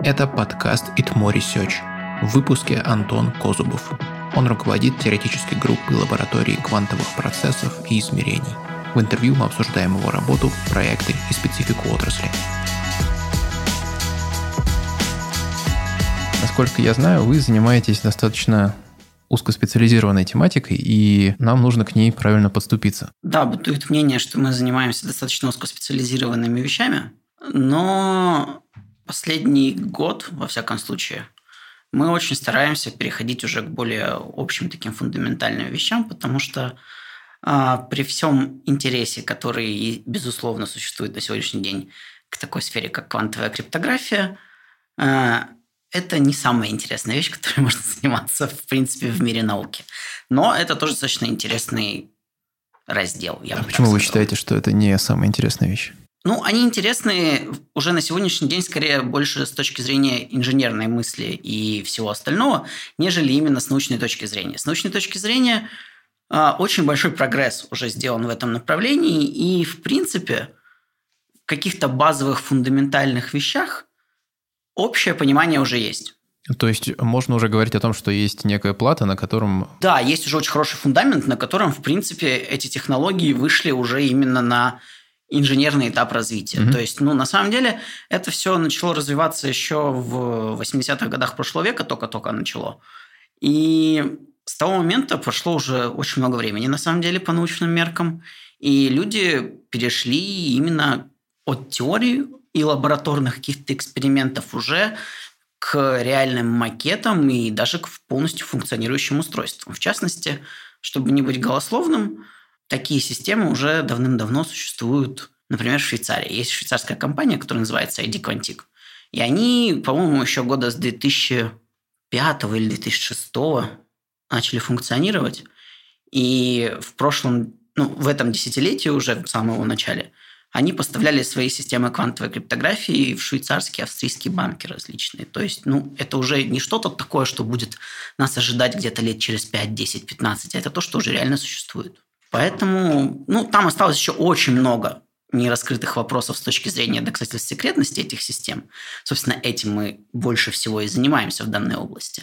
Это подкаст «Итмо Research». В выпуске Антон Козубов. Он руководит теоретической группой лаборатории квантовых процессов и измерений. В интервью мы обсуждаем его работу, проекты и специфику отрасли. Насколько я знаю, вы занимаетесь достаточно узкоспециализированной тематикой, и нам нужно к ней правильно подступиться. Да, бытует мнение, что мы занимаемся достаточно узкоспециализированными вещами, но последний год, во всяком случае, мы очень стараемся переходить уже к более общим таким фундаментальным вещам, потому что при всем интересе, который, безусловно, существует на сегодняшний день к такой сфере, как квантовая криптография, это не самая интересная вещь, которой можно заниматься, в принципе, в мире науки. Но это тоже достаточно интересный раздел. А почему вы считаете, что это не самая интересная вещь? Они интересны уже на сегодняшний день скорее больше с точки зрения инженерной мысли и всего остального, нежели именно с научной точки зрения. С научной точки зрения очень большой прогресс уже сделан в этом направлении, и, в принципе, в каких-то базовых фундаментальных вещах общее понимание уже есть. То есть можно уже говорить о том, что есть некая плата, на котором... Да, есть уже очень хороший фундамент, на котором, в принципе, эти технологии вышли уже именно на инженерный этап развития. То есть, на самом деле, это все начало развиваться еще в 80-х годах прошлого века, только-только начало. И с того момента прошло уже очень много времени, на самом деле, по научным меркам. И люди перешли именно от теории и лабораторных каких-то экспериментов уже к реальным макетам и даже к полностью функционирующим устройствам. В частности, чтобы не быть голословным, такие системы уже давным-давно существуют, например, в Швейцарии. Есть швейцарская компания, которая называется ID Quantic. И они, по-моему, еще года с 2005 или 2006 начали функционировать. И в этом десятилетии уже, в самом его начале, они поставляли свои системы квантовой криптографии в швейцарские, австрийские банки различные. То есть, это уже не что-то такое, что будет нас ожидать где-то лет через 5, 10, 15, а это то, что уже реально существует. Поэтому, там осталось еще очень много нераскрытых вопросов с точки зрения доказательств секретности этих систем. Собственно, этим мы больше всего и занимаемся в данной области.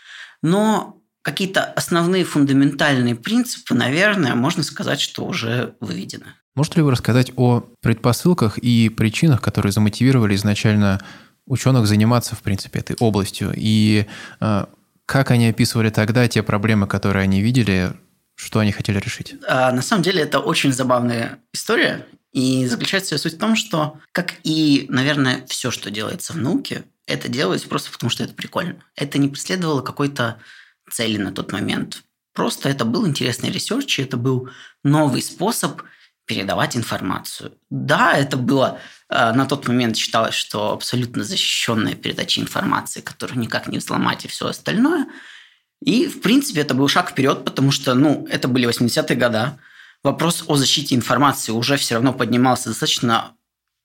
Но какие-то основные фундаментальные принципы, наверное, можно сказать, что уже выведены. Можете ли вы рассказать о предпосылках и причинах, которые замотивировали изначально ученых заниматься, в принципе, этой областью? И как они описывали тогда те проблемы, которые они видели, что они хотели решить? На самом деле это очень забавная история. И заключается ее суть в том, что, как и, наверное, все, что делается в науке, это делается просто потому, что это прикольно. Это не преследовало какой-то цели на тот момент. Просто это был интересный ресерч, это был новый способ передавать информацию. Да, это было на тот момент считалось, что абсолютно защищенная передача информации, которую никак не взломать и все остальное. И, в принципе, это был шаг вперед, потому что, это были 80-е годы. Вопрос о защите информации уже все равно поднимался достаточно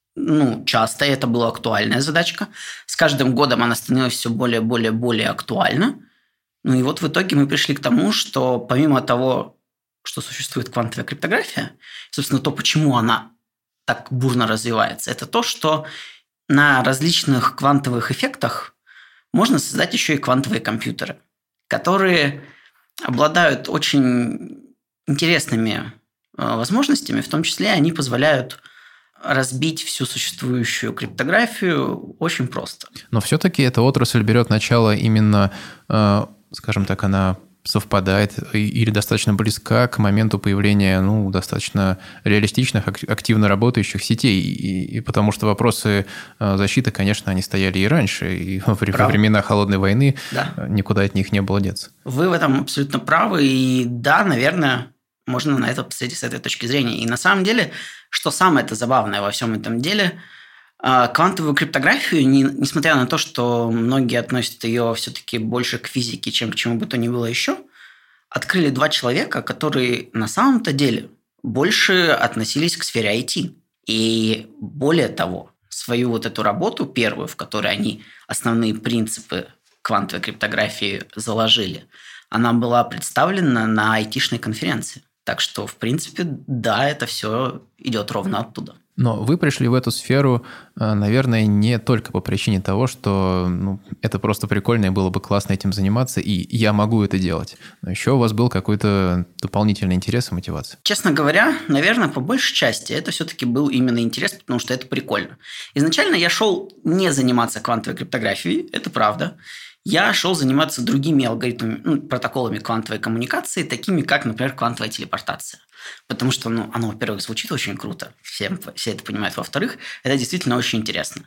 часто, и это была актуальная задачка. С каждым годом она становилась все более актуальна. И вот в итоге мы пришли к тому, что помимо того, что существует квантовая криптография, собственно, то, почему она так бурно развивается, это то, что на различных квантовых эффектах можно создать еще и квантовые компьютеры, которые обладают очень интересными возможностями, в том числе они позволяют разбить всю существующую криптографию очень просто. Но все-таки эта отрасль берет начало именно, скажем так, она совпадает или достаточно близка к моменту появления достаточно реалистичных, активно работающих сетей. И потому что вопросы защиты, конечно, они стояли и раньше, и во времена Холодной войны никуда от них не было деться. Вы в этом абсолютно правы. И да, наверное, можно на это посмотреть с этой точки зрения. И на самом деле, что самое-то забавное во всем этом деле, квантовую криптографию, несмотря на то, что многие относят ее все-таки больше к физике, чем к чему бы то ни было еще, открыли два человека, которые на самом-то деле больше относились к сфере IT. И более того, свою вот эту работу первую, в которой они основные принципы квантовой криптографии заложили, она была представлена на IT-шной конференции. Так что, в принципе, да, это все идет ровно оттуда. Но вы пришли в эту сферу, наверное, не только по причине того, что это просто прикольно и было бы классно этим заниматься, и я могу это делать. Но еще у вас был какой-то дополнительный интерес и мотивация. Честно говоря, наверное, по большей части это все-таки был именно интерес, потому что это прикольно. Изначально я шел не заниматься квантовой криптографией, это правда. Я шел заниматься другими алгоритмами, протоколами квантовой коммуникации, такими как, например, квантовая телепортация. Потому что, оно, во-первых, звучит очень круто, все это понимают. Во-вторых, это действительно очень интересно.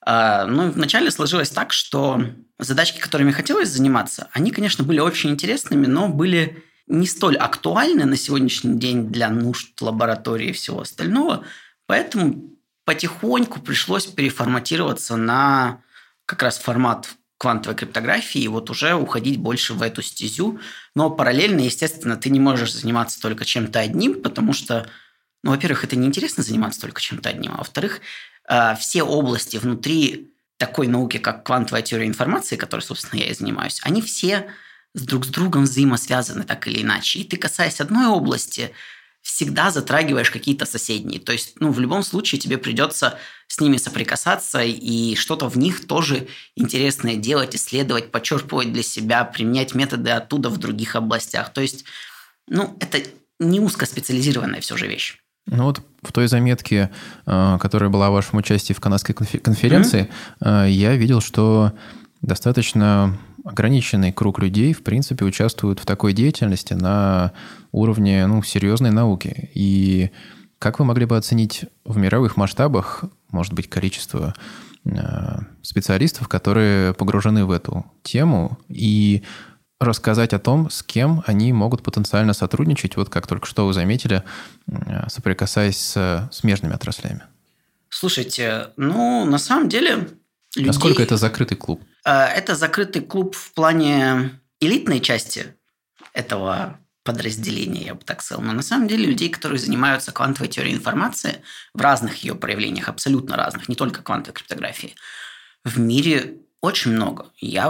Вначале сложилось так, что задачки, которыми хотелось заниматься, они, конечно, были очень интересными, но были не столь актуальны на сегодняшний день для нужд лаборатории и всего остального. Поэтому потихоньку пришлось переформатироваться на как раз формат квантовой криптографии и вот уже уходить больше в эту стезю. Но параллельно, естественно, ты не можешь заниматься только чем-то одним, потому что, во-первых, это неинтересно заниматься только чем-то одним, а во-вторых, все области внутри такой науки, как квантовая теория информации, которой, собственно, я и занимаюсь, они все друг с другом взаимосвязаны так или иначе. И ты, касаясь одной области, всегда затрагиваешь какие-то соседние. То есть, в любом случае тебе придется с ними соприкасаться и что-то в них тоже интересное делать, исследовать, почерпывать для себя, применять методы оттуда в других областях. То есть, это не узкоспециализированная все же вещь. В той заметке, которая была о вашем участии в канадской конференции, я видел, что достаточно ограниченный круг людей, в принципе, участвуют в такой деятельности на уровне серьезной науки. И как вы могли бы оценить в мировых масштабах, может быть, количество специалистов, которые погружены в эту тему, и рассказать о том, с кем они могут потенциально сотрудничать, вот как только что вы заметили, соприкасаясь с смежными отраслями? Слушайте, на самом деле... Насколько это закрытый клуб? Это закрытый клуб в плане элитной части этого подразделения, я бы так сказал. Но на самом деле людей, которые занимаются квантовой теорией информации в разных ее проявлениях, абсолютно разных, не только квантовой криптографии, в мире очень много. Я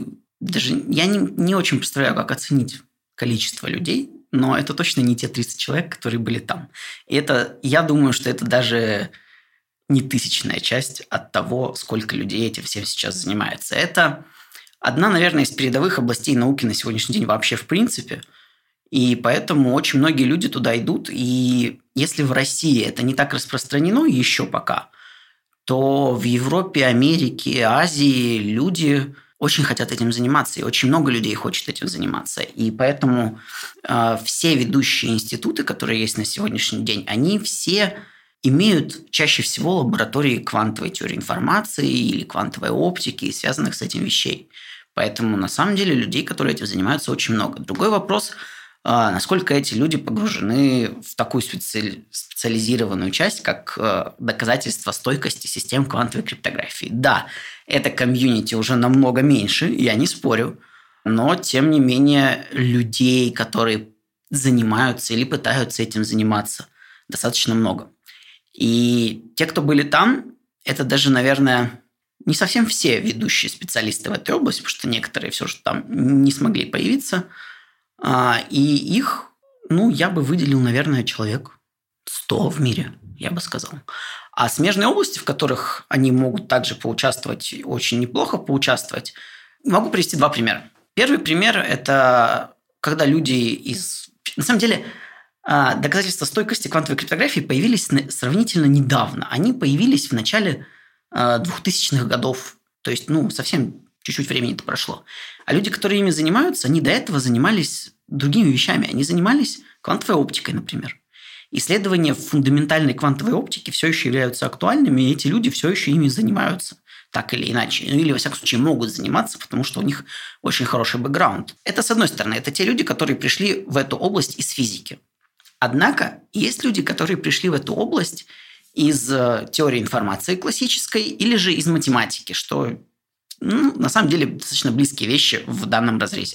не очень представляю, как оценить количество людей, но это точно не те 30 человек, которые были там. И я думаю, что это даже не тысячная часть от того, сколько людей этим всем сейчас занимается. Это одна, наверное, из передовых областей науки на сегодняшний день вообще в принципе. И поэтому очень многие люди туда идут. И если в России это не так распространено еще пока, то в Европе, Америке, Азии люди очень хотят этим заниматься. И очень много людей хочет этим заниматься. И поэтому все ведущие институты, которые есть на сегодняшний день, они все имеют чаще всего лаборатории квантовой теории информации или квантовой оптики и связанных с этим вещей. Поэтому, на самом деле, людей, которые этим занимаются, очень много. Другой вопрос, насколько эти люди погружены в такую специализированную часть, как доказательство стойкости систем квантовой криптографии. Да, это комьюнити уже намного меньше, я не спорю, но, тем не менее, людей, которые занимаются или пытаются этим заниматься, достаточно много. И те, кто были там, это даже, наверное, не совсем все ведущие специалисты в этой области, потому что некоторые все же там не смогли появиться. И их, я бы выделил, наверное, человек 100 в мире, я бы сказал. А смежные области, в которых они могут также поучаствовать, очень неплохо поучаствовать, могу привести два примера. Первый пример – это когда люди На самом деле, доказательства стойкости квантовой криптографии появились сравнительно недавно. Они появились в начале 2000-х годов. То есть, совсем чуть-чуть времени-то прошло. А люди, которые ими занимаются, они до этого занимались другими вещами. Они занимались квантовой оптикой, например. Исследования фундаментальной квантовой оптики все еще являются актуальными, и эти люди все еще ими занимаются. Так или иначе. Или, во всяком случае, могут заниматься, потому что у них очень хороший бэкграунд. Это, с одной стороны, это те люди, которые пришли в эту область из физики. Однако есть люди, которые пришли в эту область из теории информации классической или же из математики, что на самом деле достаточно близкие вещи в данном разрезе.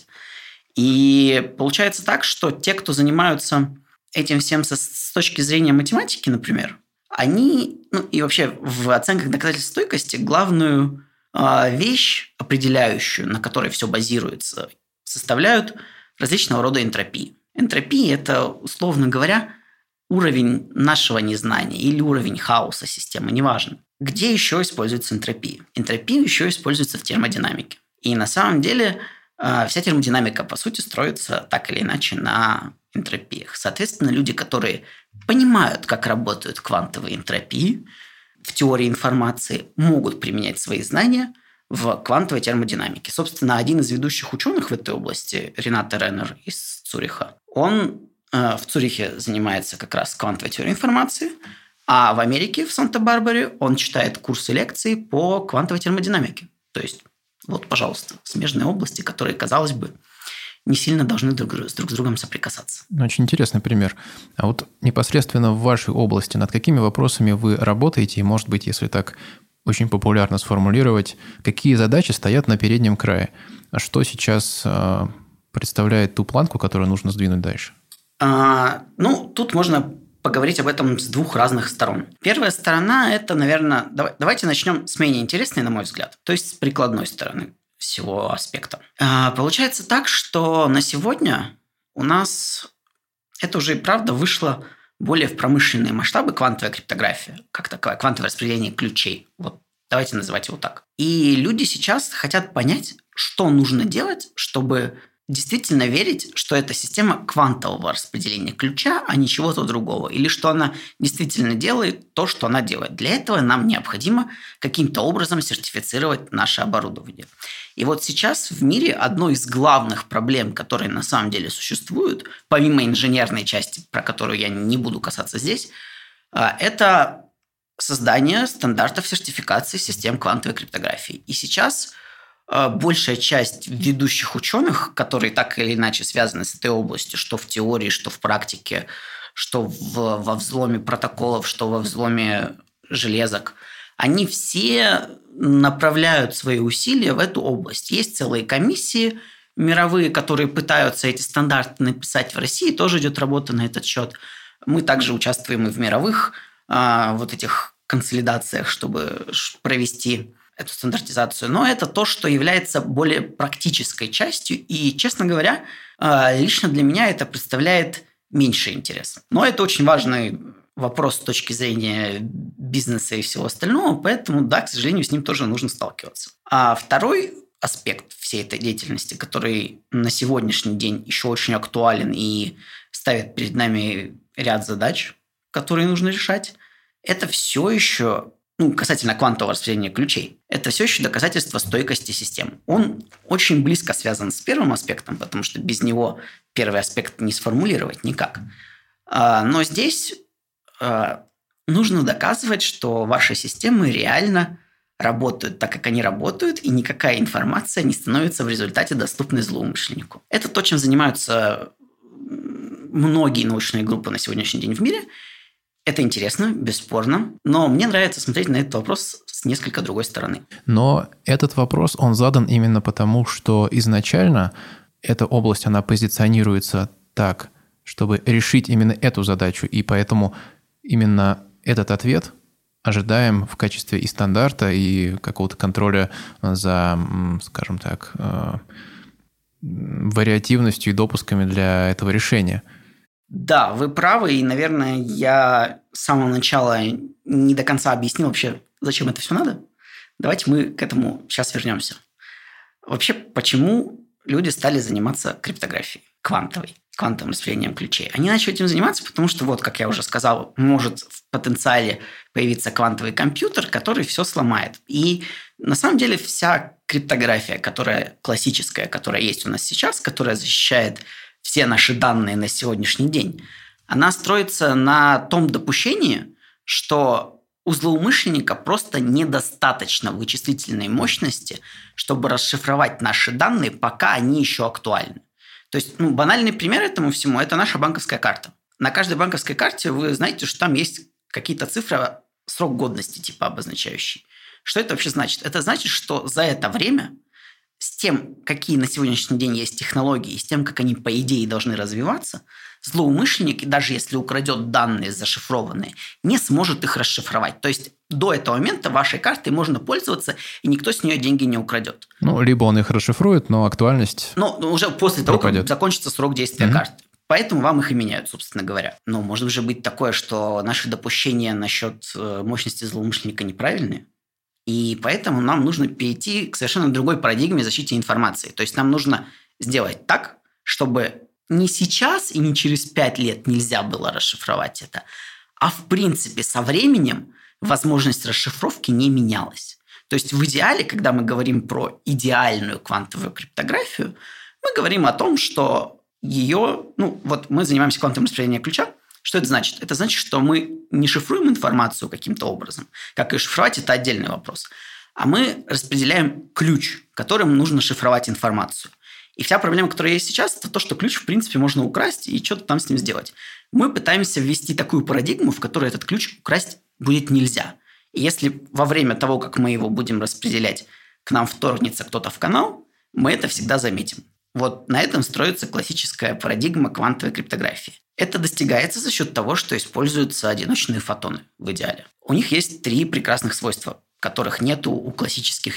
И получается так, что те, кто занимаются этим всем с точки зрения математики, например, они, и вообще в оценках доказательств стойкости главную вещь, определяющую, на которой все базируется, составляют различного рода энтропии. Энтропия – это, условно говоря, уровень нашего незнания или уровень хаоса системы, неважно. Где еще используется энтропия? Энтропия еще используется в термодинамике. И на самом деле вся термодинамика, по сути, строится так или иначе на энтропиях. Соответственно, люди, которые понимают, как работают квантовые энтропии в теории информации, могут применять свои знания в квантовой термодинамике. Собственно, один из ведущих ученых в этой области, Ренате Реннер из Цюриха, он в Цюрихе занимается как раз квантовой теорией информации, а в Америке, в Санта-Барбаре, он читает курсы лекций по квантовой термодинамике. То есть, вот, пожалуйста, смежные области, которые, казалось бы, не сильно должны друг с другом соприкасаться. Очень интересный пример. А вот непосредственно в вашей области над какими вопросами вы работаете? И, может быть, если так очень популярно сформулировать, какие задачи стоят на переднем крае? А что сейчас представляет ту планку, которую нужно сдвинуть дальше? Тут можно поговорить об этом с двух разных сторон. Первая сторона – это, наверное… Давайте начнем с менее интересной, на мой взгляд, то есть с прикладной стороны всего аспекта. Получается так, что на сегодня у нас это уже и правда вышло более в промышленные масштабы, квантовая криптография, как таковая, квантовое распределение ключей. Вот давайте называть его так. И люди сейчас хотят понять, что нужно делать, чтобы действительно верить, что это система квантового распределения ключа, а не чего-то другого. Или что она действительно делает то, что она делает. Для этого нам необходимо каким-то образом сертифицировать наше оборудование. И вот сейчас в мире одной из главных проблем, которые на самом деле существуют, помимо инженерной части, про которую я не буду касаться здесь, это создание стандартов сертификации систем квантовой криптографии. И сейчас большая часть ведущих ученых, которые так или иначе связаны с этой областью, что в теории, что в практике, что во взломе протоколов, что во взломе железок, они все направляют свои усилия в эту область. Есть целые комиссии мировые, которые пытаются эти стандарты написать в России, тоже идет работа на этот счет. Мы также участвуем и в мировых вот этих консолидациях, чтобы провести эту стандартизацию, но это то, что является более практической частью, и, честно говоря, лично для меня это представляет меньший интерес. Но это очень важный вопрос с точки зрения бизнеса и всего остального, поэтому, да, к сожалению, с ним тоже нужно сталкиваться. А второй аспект всей этой деятельности, который на сегодняшний день еще очень актуален и ставит перед нами ряд задач, которые нужно решать, это все еще касательно квантового распределения ключей, это все еще доказательство стойкости систем. Он очень близко связан с первым аспектом, потому что без него первый аспект не сформулировать никак. Но здесь нужно доказывать, что ваши системы реально работают так, как они работают, и никакая информация не становится в результате доступной злоумышленнику. Это то, чем занимаются многие научные группы на сегодняшний день в мире. Это интересно, бесспорно, но мне нравится смотреть на этот вопрос с несколько другой стороны. Но этот вопрос, он задан именно потому, что изначально эта область, она позиционируется так, чтобы решить именно эту задачу, и поэтому именно этот ответ ожидаем в качестве и стандарта, и какого-то контроля за, скажем так, вариативностью и допусками для этого решения. Да, вы правы, и, наверное, я с самого начала не до конца объяснил вообще, зачем это все надо. Давайте мы к этому сейчас вернемся. Вообще, почему люди стали заниматься криптографией квантовым распределением ключей? Они начали этим заниматься, потому что, вот, как я уже сказал, может в потенциале появиться квантовый компьютер, который все сломает. И на самом деле вся криптография, которая классическая, которая есть у нас сейчас, которая защищает все наши данные на сегодняшний день, она строится на том допущении, что у злоумышленника просто недостаточно вычислительной мощности, чтобы расшифровать наши данные, пока они еще актуальны. То есть, банальный пример этому всему – это наша банковская карта. На каждой банковской карте вы знаете, что там есть какие-то цифры, срок годности типа обозначающий. Что это вообще значит? Это значит, что за это время с тем, какие на сегодняшний день есть технологии, с тем, как они, по идее, должны развиваться, злоумышленник, даже если украдет данные зашифрованные, не сможет их расшифровать. То есть до этого момента вашей картой можно пользоваться, и никто с нее деньги не украдет. Либо он их расшифрует, но актуальность уже после того, как закончится срок действия карты. Поэтому вам их и меняют, собственно говоря. Но может же быть такое, что наши допущения насчет мощности злоумышленника неправильные. И поэтому нам нужно перейти к совершенно другой парадигме защиты информации. То есть нам нужно сделать так, чтобы не сейчас и не через 5 лет нельзя было расшифровать это, а в принципе со временем возможность расшифровки не менялась. То есть в идеале, когда мы говорим про идеальную квантовую криптографию, мы говорим о том, что ее... вот мы занимаемся квантовым распределением ключа. Что это значит? Это значит, что мы не шифруем информацию каким-то образом. Как ее шифровать – это отдельный вопрос. А мы распределяем ключ, которым нужно шифровать информацию. И вся проблема, которая есть сейчас, это то, что ключ, в принципе, можно украсть и что-то там с ним сделать. Мы пытаемся ввести такую парадигму, в которой этот ключ украсть будет нельзя. И если во время того, как мы его будем распределять, к нам вторгнется кто-то в канал, мы это всегда заметим. Вот на этом строится классическая парадигма квантовой криптографии. Это достигается за счет того, что используются одиночные фотоны в идеале. У них есть 3 прекрасных свойства, которых нету у классических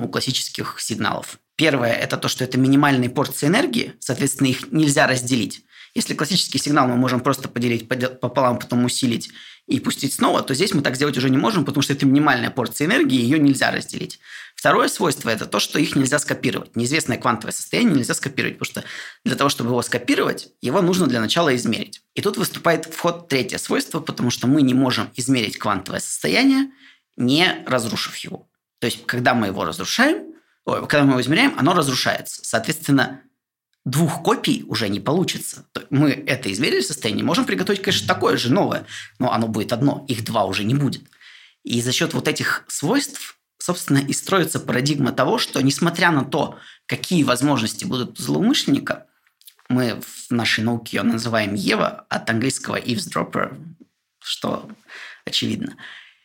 сигналов. Первое – это то, что это минимальные порции энергии, соответственно, их нельзя разделить. Если классический сигнал мы можем просто поделить пополам, потом усилить и пустить снова, то здесь мы так сделать уже не можем, потому что это минимальная порция энергии, ее нельзя разделить. Второе свойство – это то, что их нельзя скопировать. Неизвестное квантовое состояние нельзя скопировать, потому что для того, чтобы его скопировать, его нужно для начала измерить. И тут выступает в ход третье свойство, потому что мы не можем измерить квантовое состояние, не разрушив его. То есть, когда мы его когда мы его измеряем, оно разрушается. Соответственно, 2 копий уже не получится. Мы это измерили состояние, можем приготовить, конечно, такое же новое, но оно будет одно, их 2 уже не будет. И за счет вот этих свойств, собственно, и строится парадигма того, что несмотря на то, какие возможности будут у злоумышленника, мы в нашей науке ее называем Ева, от английского eavesdropper, что очевидно.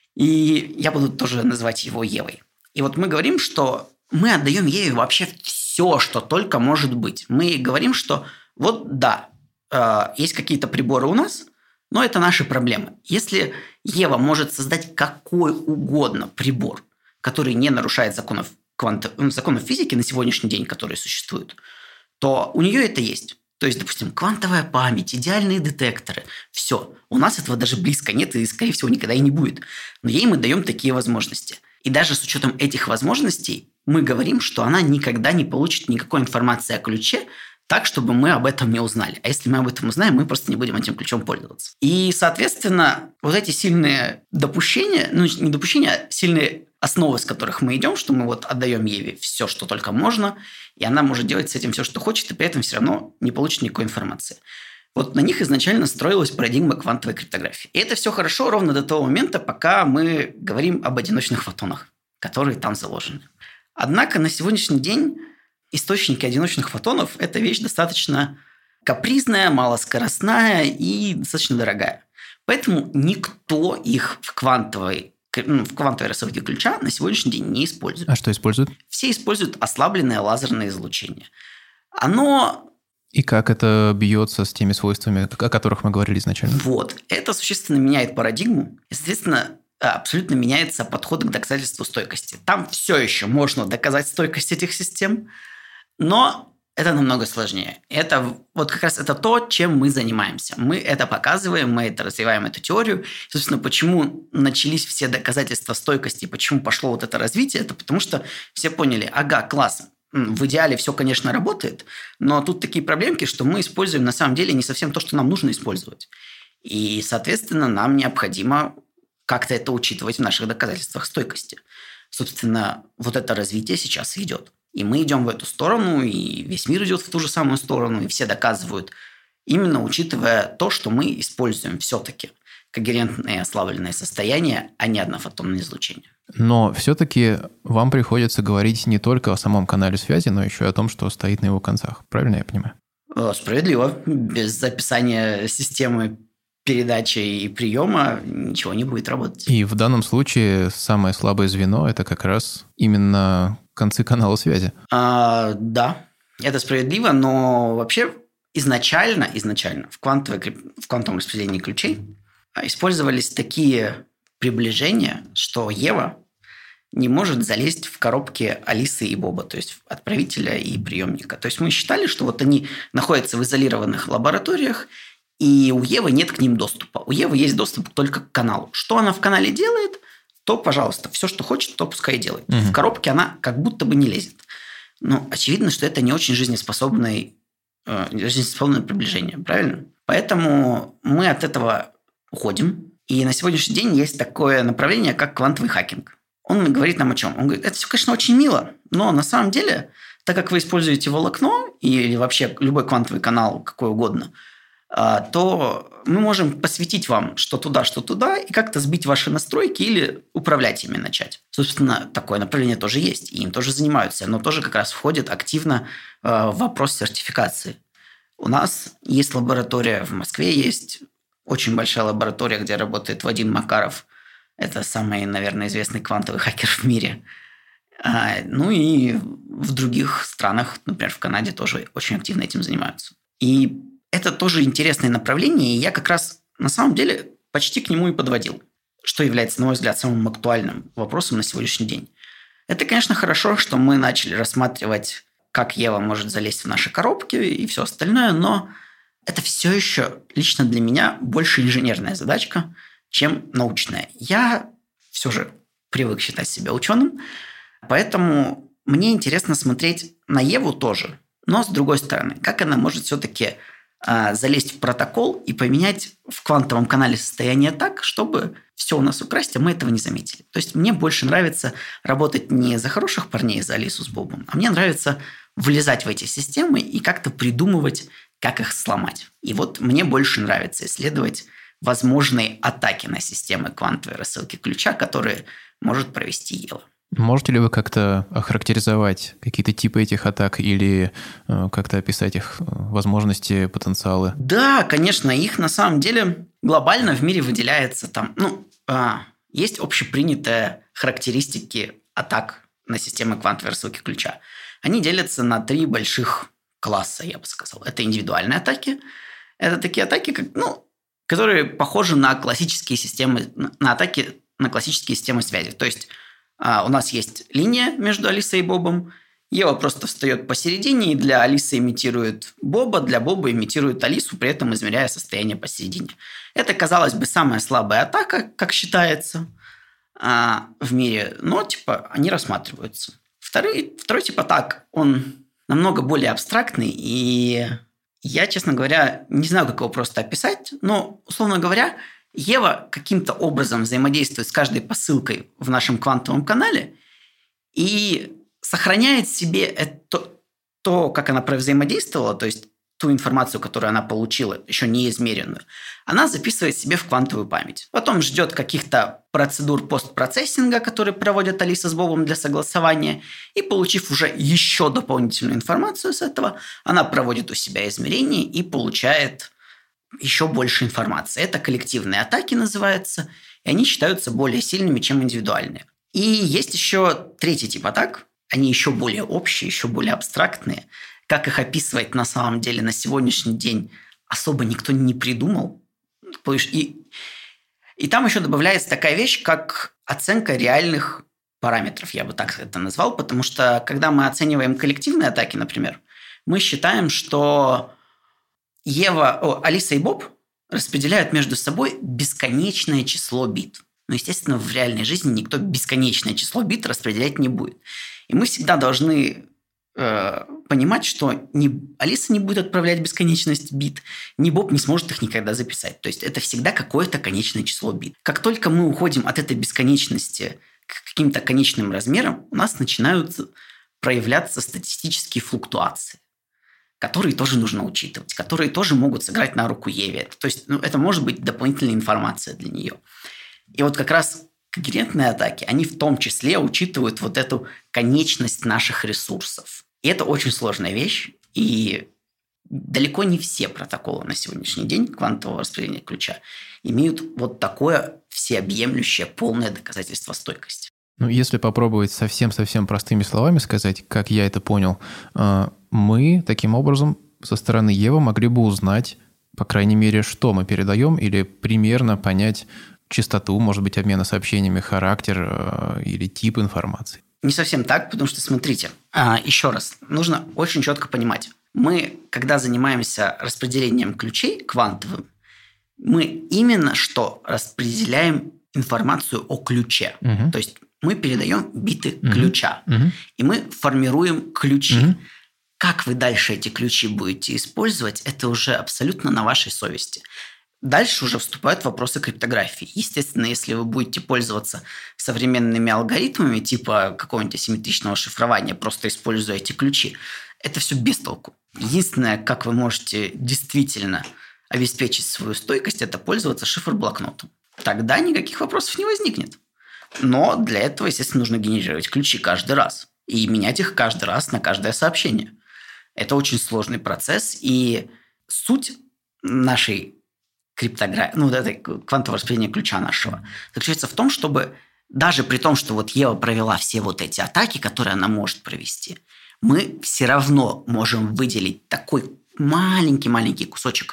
И я буду тоже называть его Евой. И вот мы говорим, что мы отдаем Еве вообще все, что только может быть. Мы говорим, что вот да, есть какие-то приборы у нас, но это наши проблемы. Если Ева может создать какой угодно прибор, который не нарушает законов физики на сегодняшний день, которые существуют, то у нее это есть. То есть, допустим, квантовая память, идеальные детекторы. Все. У нас этого даже близко нет и, скорее всего, никогда и не будет. Но ей мы даем такие возможности. И даже с учетом этих возможностей мы говорим, что она никогда не получит никакой информации о ключе, так, чтобы мы об этом не узнали. А если мы об этом узнаем, мы просто не будем этим ключом пользоваться. И, соответственно, вот эти сильные допущения, не допущения, а сильные основы, с которых мы идем, что мы вот отдаем Еве все, что только можно, и она может делать с этим все, что хочет, и при этом все равно не получит никакой информации. Вот на них изначально строилась парадигма квантовой криптографии. И это все хорошо ровно до того момента, пока мы говорим об одиночных фотонах, которые там заложены. Однако на сегодняшний день источники одиночных фотонов – это вещь достаточно капризная, малоскоростная и достаточно дорогая. Поэтому никто их в квантовой рассылке ключа на сегодняшний день не использует. А что используют? Все используют ослабленное лазерное излучение. И как это бьется с теми свойствами, о которых мы говорили изначально? Вот. Это существенно меняет парадигму. И, соответственно, абсолютно меняется подход к доказательству стойкости. Там все еще можно доказать стойкость этих систем, но это намного сложнее. Это вот как раз это то, чем мы занимаемся. Мы это показываем, мы это развиваем, эту теорию. Собственно, почему начались все доказательства стойкости, почему пошло вот это развитие, это потому что все поняли, класс, в идеале все, конечно, работает, но тут такие проблемки, что мы используем на самом деле не совсем то, что нам нужно использовать. И, соответственно, нам необходимо как-то это учитывать в наших доказательствах стойкости. Собственно, вот это развитие сейчас идет. И мы идем в эту сторону, и весь мир идет в ту же самую сторону, и все доказывают, именно учитывая то, что мы используем все-таки когерентное ослабленное состояние, а не однофотонное излучение. Но все-таки вам приходится говорить не только о самом канале связи, но еще и о том, что стоит на его концах. Правильно я понимаю? Справедливо. Без описания системы передачи и приема ничего не будет работать. И в данном случае самое слабое звено – это как раз именно концы канала связи. Да, это справедливо, но вообще изначально в квантовом распределении ключей использовались такие приближения, что Ева не может залезть в коробки Алисы и Боба, то есть отправителя и приемника. То есть мы считали, что вот они находятся в изолированных лабораториях, и у Евы нет к ним доступа. У Евы есть доступ только к каналу. Что она в канале делает, то, пожалуйста, все, что хочет, то пускай делает. В коробке она как будто бы не лезет. Но очевидно, что это не очень жизнеспособное приближение, правильно? Поэтому мы от этого уходим. И на сегодняшний день есть такое направление, как квантовый хакинг. Он говорит нам о чем? Он говорит, это все, конечно, очень мило, но на самом деле, так как вы используете волокно или вообще любой квантовый канал, какой угодно, то мы можем посвятить вам что туда, и как-то сбить ваши настройки или управлять ими начать. Собственно, такое направление тоже есть, и им тоже занимаются. Оно тоже как раз входит активно в вопрос сертификации. У нас есть лаборатория, в Москве есть очень большая лаборатория, где работает Вадим Макаров. Это самый, наверное, известный квантовый хакер в мире. Ну и в других странах, например, в Канаде, тоже очень активно этим занимаются. И это тоже интересное направление, и я как раз на самом деле почти к нему и подводил, что является, на мой взгляд, самым актуальным вопросом на сегодняшний день. Это, конечно, хорошо, что мы начали рассматривать, как Ева может залезть в наши коробки и все остальное, но это все еще лично для меня больше инженерная задачка, чем научная. Я все же привык считать себя ученым, поэтому мне интересно смотреть на Еву тоже, но с другой стороны, как она может все-таки залезть в протокол и поменять в квантовом канале состояние так, чтобы все у нас украсть, а мы этого не заметили. То есть мне больше нравится работать не за хороших парней, за Алису с Бобом, а мне нравится влезать в эти системы и как-то придумывать, как их сломать. И вот мне больше нравится исследовать возможные атаки на системы квантовой рассылки ключа, которые может провести Ева. Можете ли вы как-то охарактеризовать какие-то типы этих атак или как-то описать их возможности, потенциалы? Да, конечно, их на самом деле глобально в мире выделяется там, есть общепринятые характеристики атак на системы квантовой рассылки ключа. Они делятся на 3 больших класса, я бы сказал. Это индивидуальные атаки. Это такие атаки, которые похожи на классические системы, на атаки на классические системы связи. То есть у нас есть линия между Алисой и Бобом. Ева просто встает посередине и для Алисы имитирует Боба, для Боба имитирует Алису, при этом измеряя состояние посередине. Это, казалось бы, самая слабая атака, как считается в мире, но они рассматриваются. Второй тип атак, он намного более абстрактный, и я, честно говоря, не знаю, как его просто описать, но, условно говоря, Ева каким-то образом взаимодействует с каждой посылкой в нашем квантовом канале и сохраняет себе то, как она взаимодействовала, то есть ту информацию, которую она получила, еще неизмеренную, она записывает себе в квантовую память. Потом ждет каких-то процедур постпроцессинга, которые проводят Алиса с Бобом для согласования, и, получив уже еще дополнительную информацию с этого, она проводит у себя измерения и получает еще больше информации. Это коллективные атаки называются, и они считаются более сильными, чем индивидуальные. И есть еще 3-й тип атак. Они еще более общие, еще более абстрактные. Как их описывать на самом деле на сегодняшний день особо никто не придумал. И там еще добавляется такая вещь, как оценка реальных параметров, я бы так это назвал, потому что когда мы оцениваем коллективные атаки, например, мы считаем, что Алиса и Боб распределяют между собой бесконечное число бит. Но, естественно, в реальной жизни никто бесконечное число бит распределять не будет. И мы всегда должны понимать, что ни Алиса не будет отправлять бесконечность бит, ни Боб не сможет их никогда записать. То есть это всегда какое-то конечное число бит. Как только мы уходим от этой бесконечности к каким-то конечным размерам, у нас начинают проявляться статистические флуктуации, которые тоже нужно учитывать, которые тоже могут сыграть на руку Еве. То есть это может быть дополнительная информация для нее. И вот как раз когерентные атаки, они в том числе учитывают вот эту конечность наших ресурсов. И это очень сложная вещь, и далеко не все протоколы на сегодняшний день квантового распределения ключа имеют вот такое всеобъемлющее полное доказательство стойкости. Если попробовать совсем-совсем простыми словами сказать, как я это понял, мы таким образом со стороны Евы могли бы узнать, по крайней мере, что мы передаем, или примерно понять, частоту, может быть, обмена сообщениями, характер или тип информации? Не совсем так, потому что, смотрите, еще раз, нужно очень четко понимать. Мы, когда занимаемся распределением ключей квантовым, мы именно что распределяем информацию о ключе. Угу. То есть мы передаем биты ключа, и мы формируем ключи. Как вы дальше эти ключи будете использовать, это уже абсолютно на вашей совести. Дальше уже вступают вопросы криптографии. Естественно, если вы будете пользоваться современными алгоритмами типа какого-нибудь асимметричного шифрования, просто используя эти ключи, это все без толку. Единственное, как вы можете действительно обеспечить свою стойкость, это пользоваться шифр-блокнотом. Тогда никаких вопросов не возникнет. Но для этого, естественно, нужно генерировать ключи каждый раз и менять их каждый раз на каждое сообщение. Это очень сложный процесс, и суть нашей криптографии, это квантовое распределение ключа нашего, заключается в том, чтобы даже при том, что вот Ева провела все вот эти атаки, которые она может провести, мы все равно можем выделить такой маленький кусочек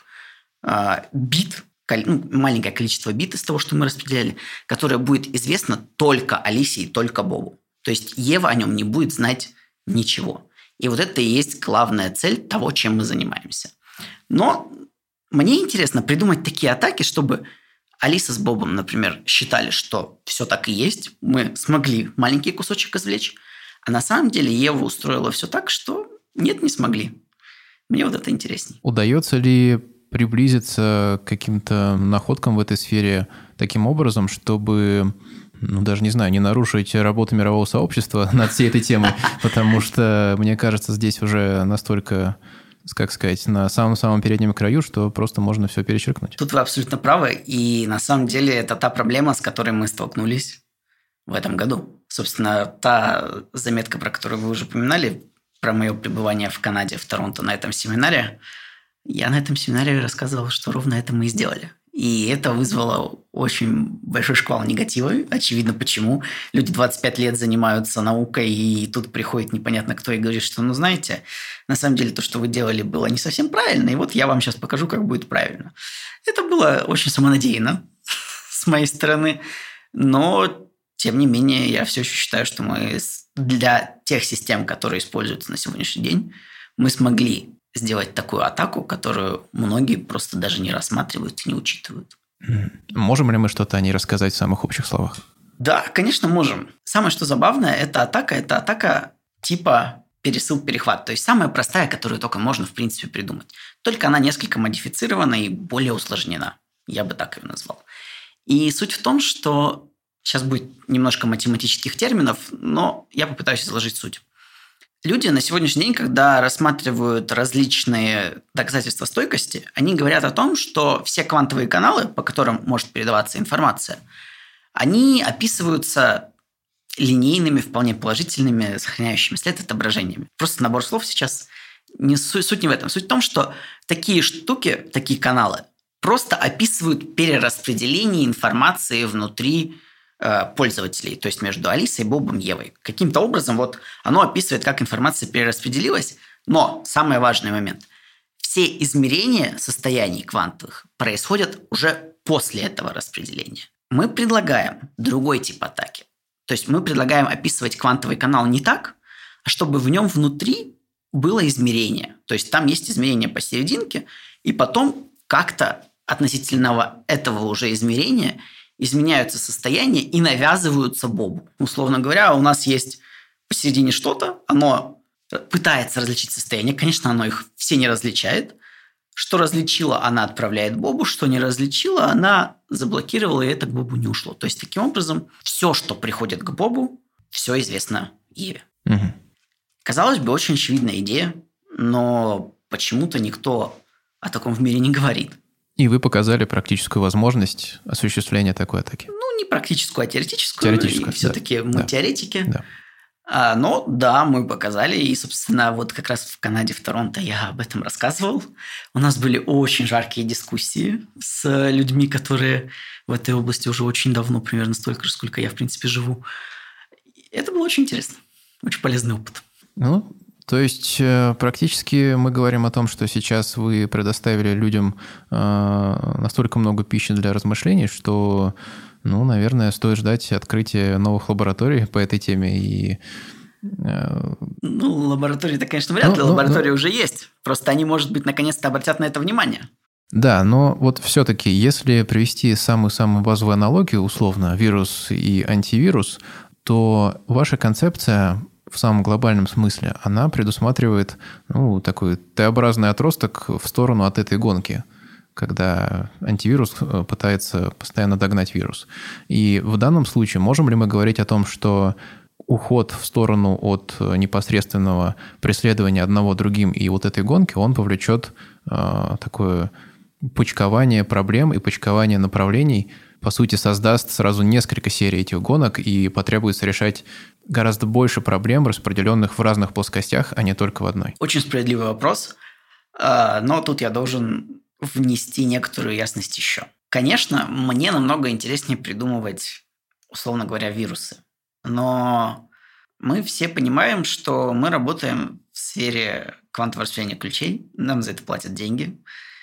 бит, маленькое количество бит из того, что мы распределяли, которое будет известно только Алисе и только Бобу. То есть Ева о нем не будет знать ничего. И вот это и есть главная цель того, чем мы занимаемся. Но мне интересно придумать такие атаки, чтобы Алиса с Бобом, например, считали, что все так и есть, мы смогли маленький кусочек извлечь, а на самом деле Ева устроила все так, что нет, не смогли. Мне вот это интереснее. Удается ли приблизиться к каким-то находкам в этой сфере таким образом, чтобы, даже не знаю, не нарушить работу мирового сообщества над всей этой темой, потому что, мне кажется, здесь уже настолько, как сказать, на самом-самом переднем краю, что просто можно все перечеркнуть. Тут вы абсолютно правы, и на самом деле это та проблема, с которой мы столкнулись в этом году. Собственно, та заметка, про которую вы уже упоминали, про мое пребывание в Канаде, в Торонто на этом семинаре, я на этом семинаре рассказывал, что ровно это мы и сделали. И это вызвало очень большой шквал негатива. Очевидно, почему. Люди 25 лет занимаются наукой, и тут приходит непонятно кто и говорит, что, знаете, на самом деле то, что вы делали, было не совсем правильно, и вот я вам сейчас покажу, как будет правильно. Это было очень самонадеянно с моей стороны, но, тем не менее, я все еще считаю, что мы для тех систем, которые используются на сегодняшний день, мы смогли сделать такую атаку, которую многие просто даже не рассматривают и не учитывают. Можем ли мы что-то о ней рассказать в самых общих словах? Да, конечно, можем. Самое, что забавное, это атака типа пересылка-перехват. То есть самая простая, которую только можно, в принципе, придумать. Только она несколько модифицирована и более усложнена. Я бы так ее назвал. И суть в том, что сейчас будет немножко математических терминов, но я попытаюсь изложить суть. Люди на сегодняшний день, когда рассматривают различные доказательства стойкости, они говорят о том, что все квантовые каналы, по которым может передаваться информация, они описываются линейными, вполне положительными, сохраняющими след отображениями. Просто набор слов сейчас. Суть не в этом. Суть в том, что такие штуки, такие каналы просто описывают перераспределение информации внутри пользователей, то есть между Алисой, Бобом, Евой. Каким-то образом оно описывает, как информация перераспределилась, но самый важный момент. Все измерения состояний квантовых происходят уже после этого распределения. Мы предлагаем другой тип атаки. То есть мы предлагаем описывать квантовый канал не так, а чтобы в нем внутри было измерение. То есть там есть измерение посерединке, и потом как-то относительно этого уже измерения изменяются состояния и навязываются Бобу. Условно говоря, у нас есть посередине что-то, оно пытается различить состояние. Конечно, оно их все не различает. Что различила, она отправляет Бобу, что не различила, она заблокировала, и это к Бобу не ушло. То есть, таким образом, все, что приходит к Бобу, все известно Еве. Угу. Казалось бы, очень очевидная идея, но почему-то никто о таком в мире не говорит. И вы показали практическую возможность осуществления такой атаки. Не практическую, а теоретическую. Теоретическую, все-таки мы теоретики. Да. Но да, мы показали. И, собственно, как раз в Канаде, в Торонто я об этом рассказывал. У нас были очень жаркие дискуссии с людьми, которые в этой области уже очень давно, примерно столько же, сколько я, в принципе, живу. И это было очень интересно. Очень полезный опыт. То есть практически мы говорим о том, что сейчас вы предоставили людям настолько много пищи для размышлений, что, наверное, стоит ждать открытия новых лабораторий по этой теме. И, лаборатории-то, конечно, вряд ли. Лаборатории уже есть. Просто они, может быть, наконец-то обратят на это внимание. Да, но вот все-таки, если привести самую-самую базовую аналогию, условно, вирус и антивирус, то ваша концепция в самом глобальном смысле, она предусматривает такой Т-образный отросток в сторону от этой гонки, когда антивирус пытается постоянно догнать вирус. И в данном случае можем ли мы говорить о том, что уход в сторону от непосредственного преследования одного другим и вот этой гонки, он повлечет такое почкование проблем и почкование направлений, по сути, создаст сразу несколько серий этих гонок и потребуется решать гораздо больше проблем, распределенных в разных плоскостях, а не только в одной? Очень справедливый вопрос, но тут я должен внести некоторую ясность еще. Конечно, мне намного интереснее придумывать, условно говоря, вирусы. Но мы все понимаем, что мы работаем в сфере квантового распределения ключей, нам за это платят деньги.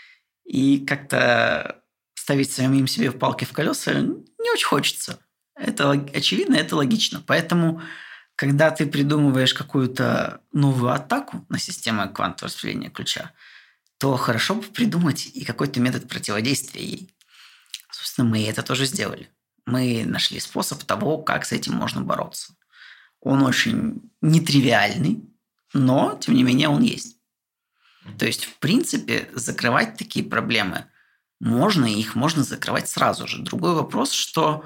И как-то ставить самим себе в палки в колеса не очень хочется. Это очевидно, это логично. Поэтому, когда ты придумываешь какую-то новую атаку на систему квантового распределения ключа, то хорошо бы придумать и какой-то метод противодействия ей. Собственно, мы это тоже сделали. Мы нашли способ того, как с этим можно бороться. Он очень нетривиальный, но, тем не менее, он есть. То есть, в принципе, закрывать такие проблемы можно, и их можно закрывать сразу же. Другой вопрос, что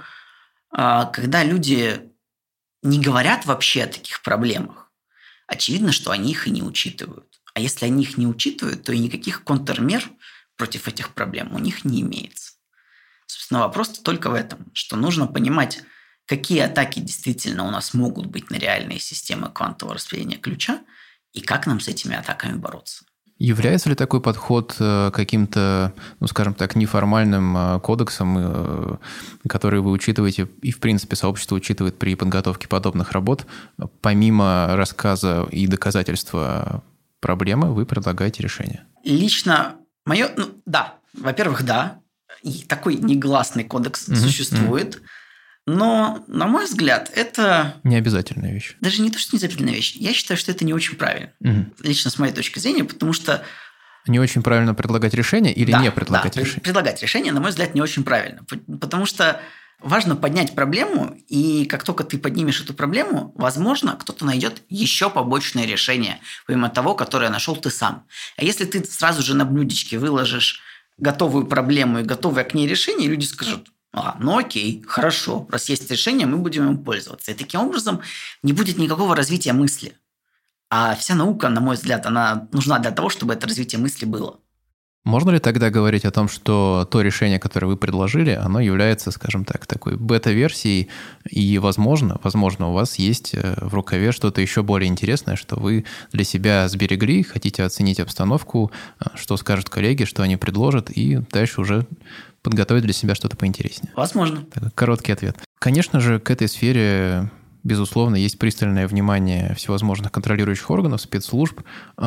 когда люди не говорят вообще о таких проблемах, очевидно, что они их и не учитывают. А если они их не учитывают, то и никаких контрмер против этих проблем у них не имеется. Собственно, вопрос только в этом, что нужно понимать, какие атаки действительно у нас могут быть на реальные системы квантового распределения ключа и как нам с этими атаками бороться. Является ли такой подход каким-то, скажем так, неформальным кодексом, который вы учитываете и, в принципе, сообщество учитывает при подготовке подобных работ? Помимо рассказа и доказательства проблемы, вы предлагаете решение? Лично мое... да. Во-первых, да. И такой негласный кодекс существует. Но, на мой взгляд, это... Не обязательная вещь. Даже не то, что не обязательная вещь. Я считаю, что это не очень правильно. Лично с моей точки зрения, потому что... Не очень правильно предлагать решение или не предлагать решение? Предлагать решение, на мой взгляд, не очень правильно. Потому что важно поднять проблему, и как только ты поднимешь эту проблему, возможно, кто-то найдет еще побочное решение, помимо того, которое нашел ты сам. А если ты сразу же на блюдечке выложишь готовую проблему и готовое к ней решение, люди скажут... окей, хорошо, раз есть решение, мы будем им пользоваться. И таким образом не будет никакого развития мысли. А вся наука, на мой взгляд, она нужна для того, чтобы это развитие мысли было. Можно ли тогда говорить о том, что то решение, которое вы предложили, оно является, скажем так, такой бета-версией, и, возможно, у вас есть в рукаве что-то еще более интересное, что вы для себя сберегли, хотите оценить обстановку, что скажут коллеги, что они предложат, и дальше уже подготовить для себя что-то поинтереснее? Возможно. Такой короткий ответ. Конечно же, к этой сфере, безусловно, есть пристальное внимание всевозможных контролирующих органов, спецслужб.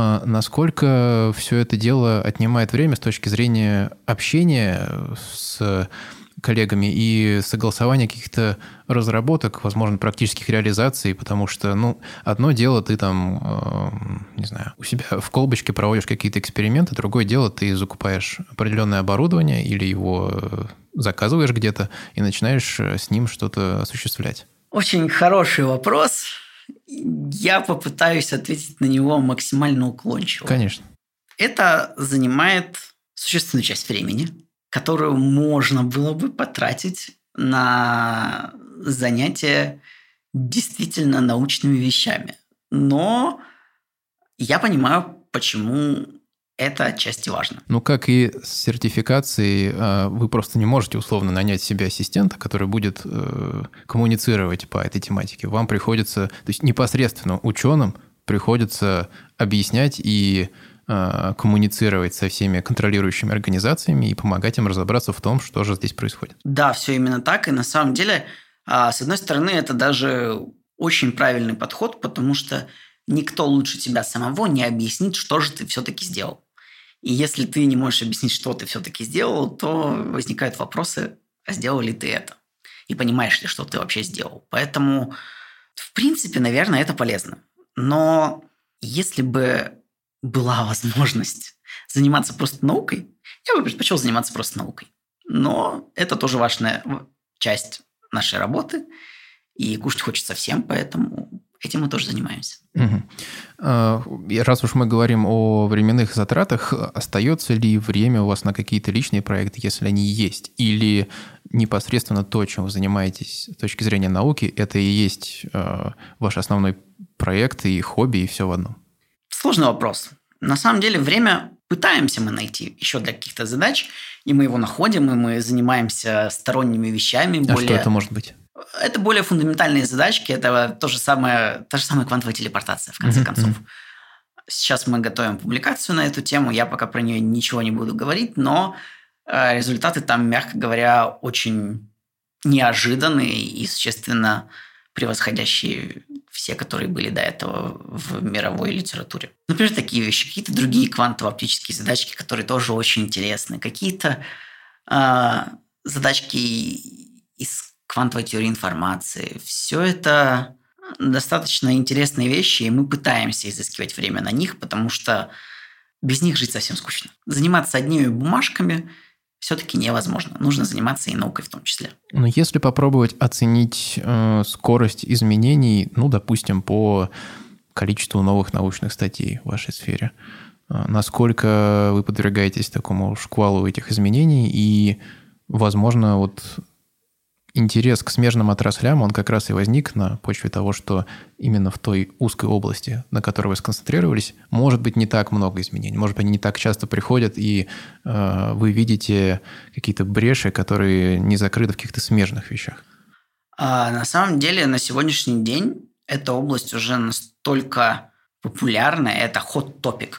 Насколько все это дело отнимает время с точки зрения общения с коллегами и согласования каких-то разработок, возможно, практических реализаций, потому что, одно дело ты там, не знаю, у себя в колбочке проводишь какие-то эксперименты, другое дело ты закупаешь определенное оборудование или его заказываешь где-то и начинаешь с ним что-то осуществлять. Очень хороший вопрос. Я попытаюсь ответить на него максимально уклончиво. Конечно. Это занимает существенную часть времени, которую можно было бы потратить на занятия действительно научными вещами. Но я понимаю, почему это отчасти важно. Как и с сертификацией, вы просто не можете условно нанять себе ассистента, который будет коммуницировать по этой тематике. Вам приходится, то есть непосредственно ученым приходится объяснять и коммуницировать со всеми контролирующими организациями и помогать им разобраться в том, что же здесь происходит. Да, все именно так. И на самом деле, с одной стороны, это даже очень правильный подход, потому что никто лучше тебя самого не объяснит, что же ты все-таки сделал. И если ты не можешь объяснить, что ты все-таки сделал, то возникают вопросы, а сделал ли ты это? И понимаешь ли, что ты вообще сделал? Поэтому, в принципе, наверное, это полезно. Но если бы была возможность заниматься просто наукой, я бы предпочел заниматься просто наукой. Но это тоже важная часть нашей работы, и кушать хочется всем, поэтому этим мы тоже занимаемся. Раз уж мы говорим о временных затратах, остается ли время у вас на какие-то личные проекты, если они есть? Или непосредственно то, чем вы занимаетесь с точки зрения науки, это и есть ваш основной проект и хобби, и все в одном? Сложный вопрос. На самом деле время пытаемся мы найти еще для каких-то задач, и мы его находим, и мы занимаемся сторонними вещами. А что это может быть? Это более фундаментальные задачки, это та же самая квантовая телепортация, в конце концов. Сейчас мы готовим публикацию на эту тему, я пока про нее ничего не буду говорить, но результаты там, мягко говоря, очень неожиданные и существенно превосходящие все, которые были до этого в мировой литературе. Например, такие вещи, какие-то другие квантово-оптические задачки, которые тоже очень интересны, какие-то задачки из квантовой теории информации. Все это достаточно интересные вещи, и мы пытаемся изыскивать время на них, потому что без них жить совсем скучно. Заниматься одними бумажками все-таки невозможно. Нужно заниматься и наукой в том числе. Но если попробовать оценить скорость изменений, допустим, по количеству новых научных статей в вашей сфере, насколько вы подвергаетесь такому шквалу этих изменений, и, возможно, интерес к смежным отраслям, он как раз и возник на почве того, что именно в той узкой области, на которой вы сконцентрировались, может быть не так много изменений, может быть, они не так часто приходят, и вы видите какие-то бреши, которые не закрыты в каких-то смежных вещах. На самом деле, на сегодняшний день эта область уже настолько популярна, это hot topic,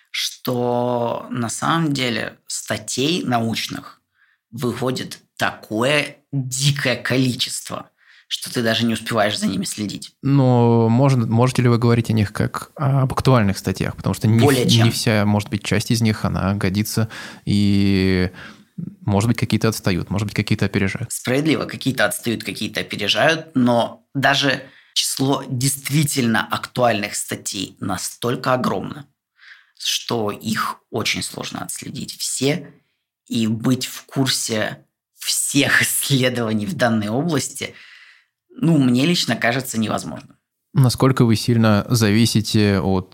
что на самом деле статей научных выходит такое дикое количество, что ты даже не успеваешь за ними следить. Но можете ли вы говорить о них как об актуальных статьях? Потому что не вся, может быть, часть из них, она годится, и, может быть, какие-то отстают, может быть, какие-то опережают. Справедливо, какие-то отстают, какие-то опережают, но даже число действительно актуальных статей настолько огромно, что их очень сложно отследить все и быть в курсе всех исследований в данной области, мне лично кажется, невозможно. Насколько вы сильно зависите от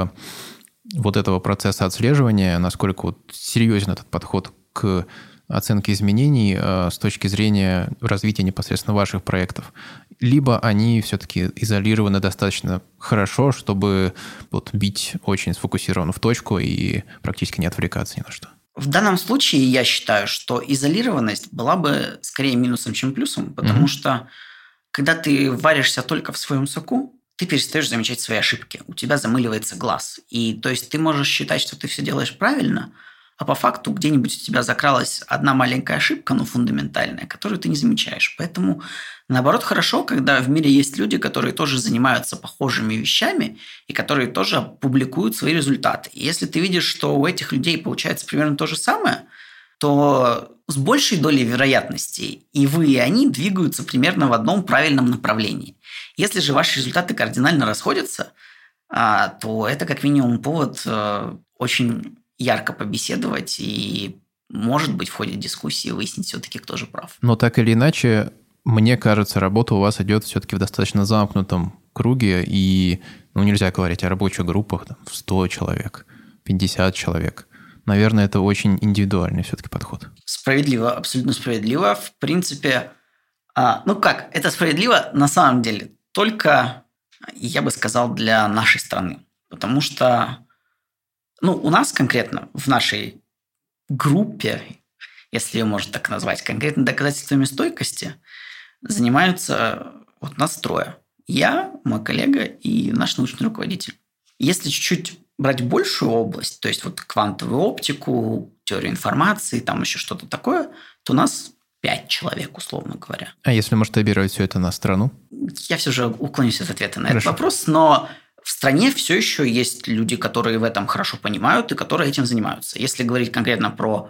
этого процесса отслеживания, насколько серьезен этот подход к оценке изменений с точки зрения развития непосредственно ваших проектов? Либо они все-таки изолированы достаточно хорошо, чтобы бить очень сфокусированно в точку и практически не отвлекаться ни на что? В данном случае я считаю, что изолированность была бы скорее минусом, чем плюсом, потому что когда ты варишься только в своем соку, ты перестаешь замечать свои ошибки, у тебя замыливается глаз. И то есть ты можешь считать, что ты все делаешь правильно, а по факту где-нибудь у тебя закралась одна маленькая ошибка, фундаментальная, которую ты не замечаешь. Поэтому, наоборот, хорошо, когда в мире есть люди, которые тоже занимаются похожими вещами и которые тоже публикуют свои результаты. И если ты видишь, что у этих людей получается примерно то же самое, то с большей долей вероятности и вы, и они двигаются примерно в одном правильном направлении. Если же ваши результаты кардинально расходятся, то это как минимум повод очень ярко побеседовать и, может быть, в ходе дискуссии выяснить все-таки, кто же прав. Но так или иначе, мне кажется, работа у вас идет все-таки в достаточно замкнутом круге, и нельзя говорить о рабочих группах в 100 человек, 50 человек. Наверное, это очень индивидуальный все-таки подход. Справедливо, абсолютно справедливо. В принципе, это справедливо на самом деле только, я бы сказал, для нашей страны. Потому что у нас конкретно в нашей группе, если ее можно так назвать, конкретно доказательствами стойкости занимаются нас трое. Я, мой коллега и наш научный руководитель. Если чуть-чуть брать большую область, то есть квантовую оптику, теорию информации, там еще что-то такое, то у нас 5 человек, условно говоря. А если масштабировать все это на страну? Я все же уклонюсь от ответа на этот вопрос, но в стране все еще есть люди, которые в этом хорошо понимают и которые этим занимаются. Если говорить конкретно про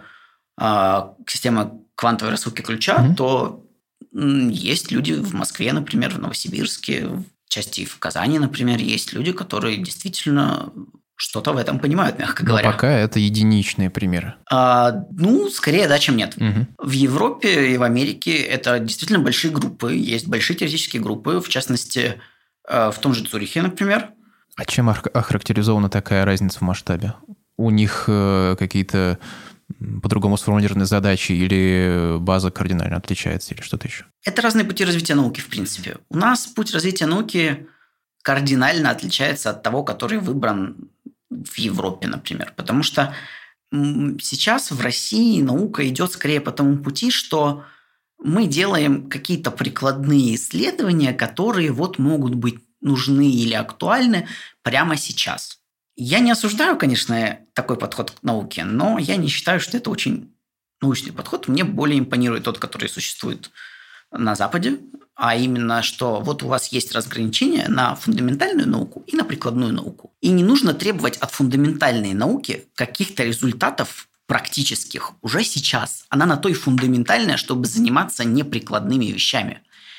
систему квантовой рассылки ключа, то есть люди в Москве, например, в Новосибирске, в части в Казани, например, есть люди, которые действительно что-то в этом понимают, мягко говоря. Но пока это единичные примеры. Скорее да, чем нет. В Европе и в Америке это действительно большие группы, есть большие теоретические группы, в частности, в том же Цюрихе, например. А чем охарактеризована такая разница в масштабе? У них какие-то по-другому сформулированные задачи или база кардинально отличается, или что-то еще? Это разные пути развития науки, в принципе. У нас путь развития науки кардинально отличается от того, который выбран в Европе, например. Потому что сейчас в России наука идет скорее по тому пути, что мы делаем какие-то прикладные исследования, которые могут быть нужны или актуальны прямо сейчас. Я не осуждаю, конечно, такой подход к науке, но я не считаю, что это очень научный подход. Мне более импонирует тот, который существует на Западе, а именно, что у вас есть разграничение на фундаментальную науку и на прикладную науку. И не нужно требовать от фундаментальной науки каких-то результатов практических уже сейчас. Она на то и фундаментальная, чтобы заниматься неприкладными вещами.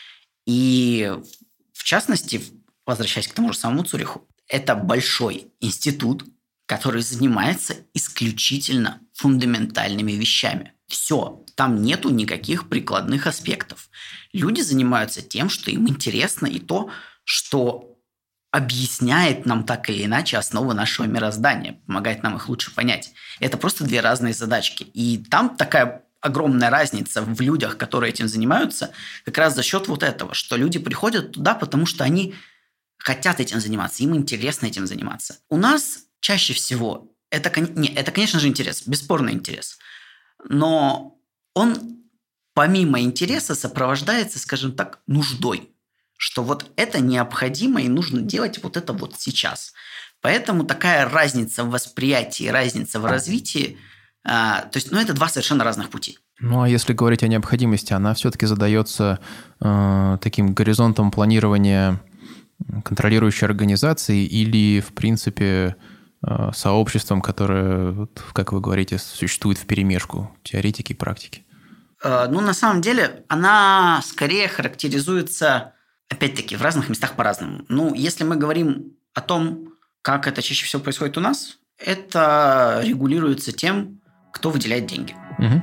И в частности, возвращаясь к тому же самому Цюриху, это большой институт, который занимается исключительно фундаментальными вещами. Все, там нету никаких прикладных аспектов. Люди занимаются тем, что им интересно, и то, что объясняет нам так или иначе основы нашего мироздания, помогает нам их лучше понять. Это просто две разные задачки. И там такая огромная разница в людях, которые этим занимаются, как раз за счет этого, что люди приходят туда, потому что они хотят этим заниматься, им интересно этим заниматься. У нас чаще всего это, конечно же, интерес, бесспорный интерес, но он помимо интереса сопровождается, скажем так, нуждой, что это необходимо и нужно делать это сейчас. Поэтому такая разница в восприятии, разница в развитии, это два совершенно разных пути. А если говорить о необходимости, она все-таки задается таким горизонтом планирования контролирующей организации или, в принципе, сообществом, которое, как вы говорите, существует вперемешку теоретики и практики? На самом деле, она скорее характеризуется, опять-таки, в разных местах по-разному. если мы говорим о том, как это чаще всего происходит у нас, это регулируется тем, кто выделяет деньги.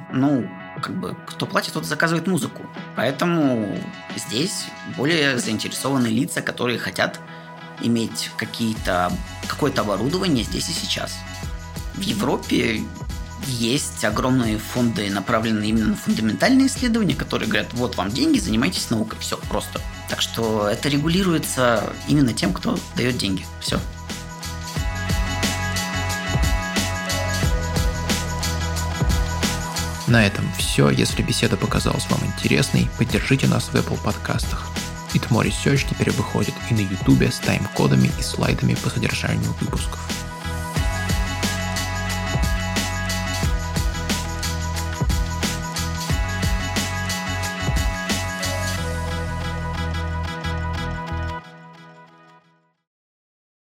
Кто платит, тот заказывает музыку. Поэтому здесь более заинтересованы лица, которые хотят иметь какое-то оборудование здесь и сейчас. В Европе есть огромные фонды, направленные именно на фундаментальные исследования, которые говорят, вам деньги, занимайтесь наукой. Все, просто. Так что это регулируется именно тем, кто дает деньги. Все. На этом все. Если беседа показалась вам интересной, поддержите нас в Apple подкастах. It More Research теперь выходит и на YouTube с тайм-кодами и слайдами по содержанию выпусков.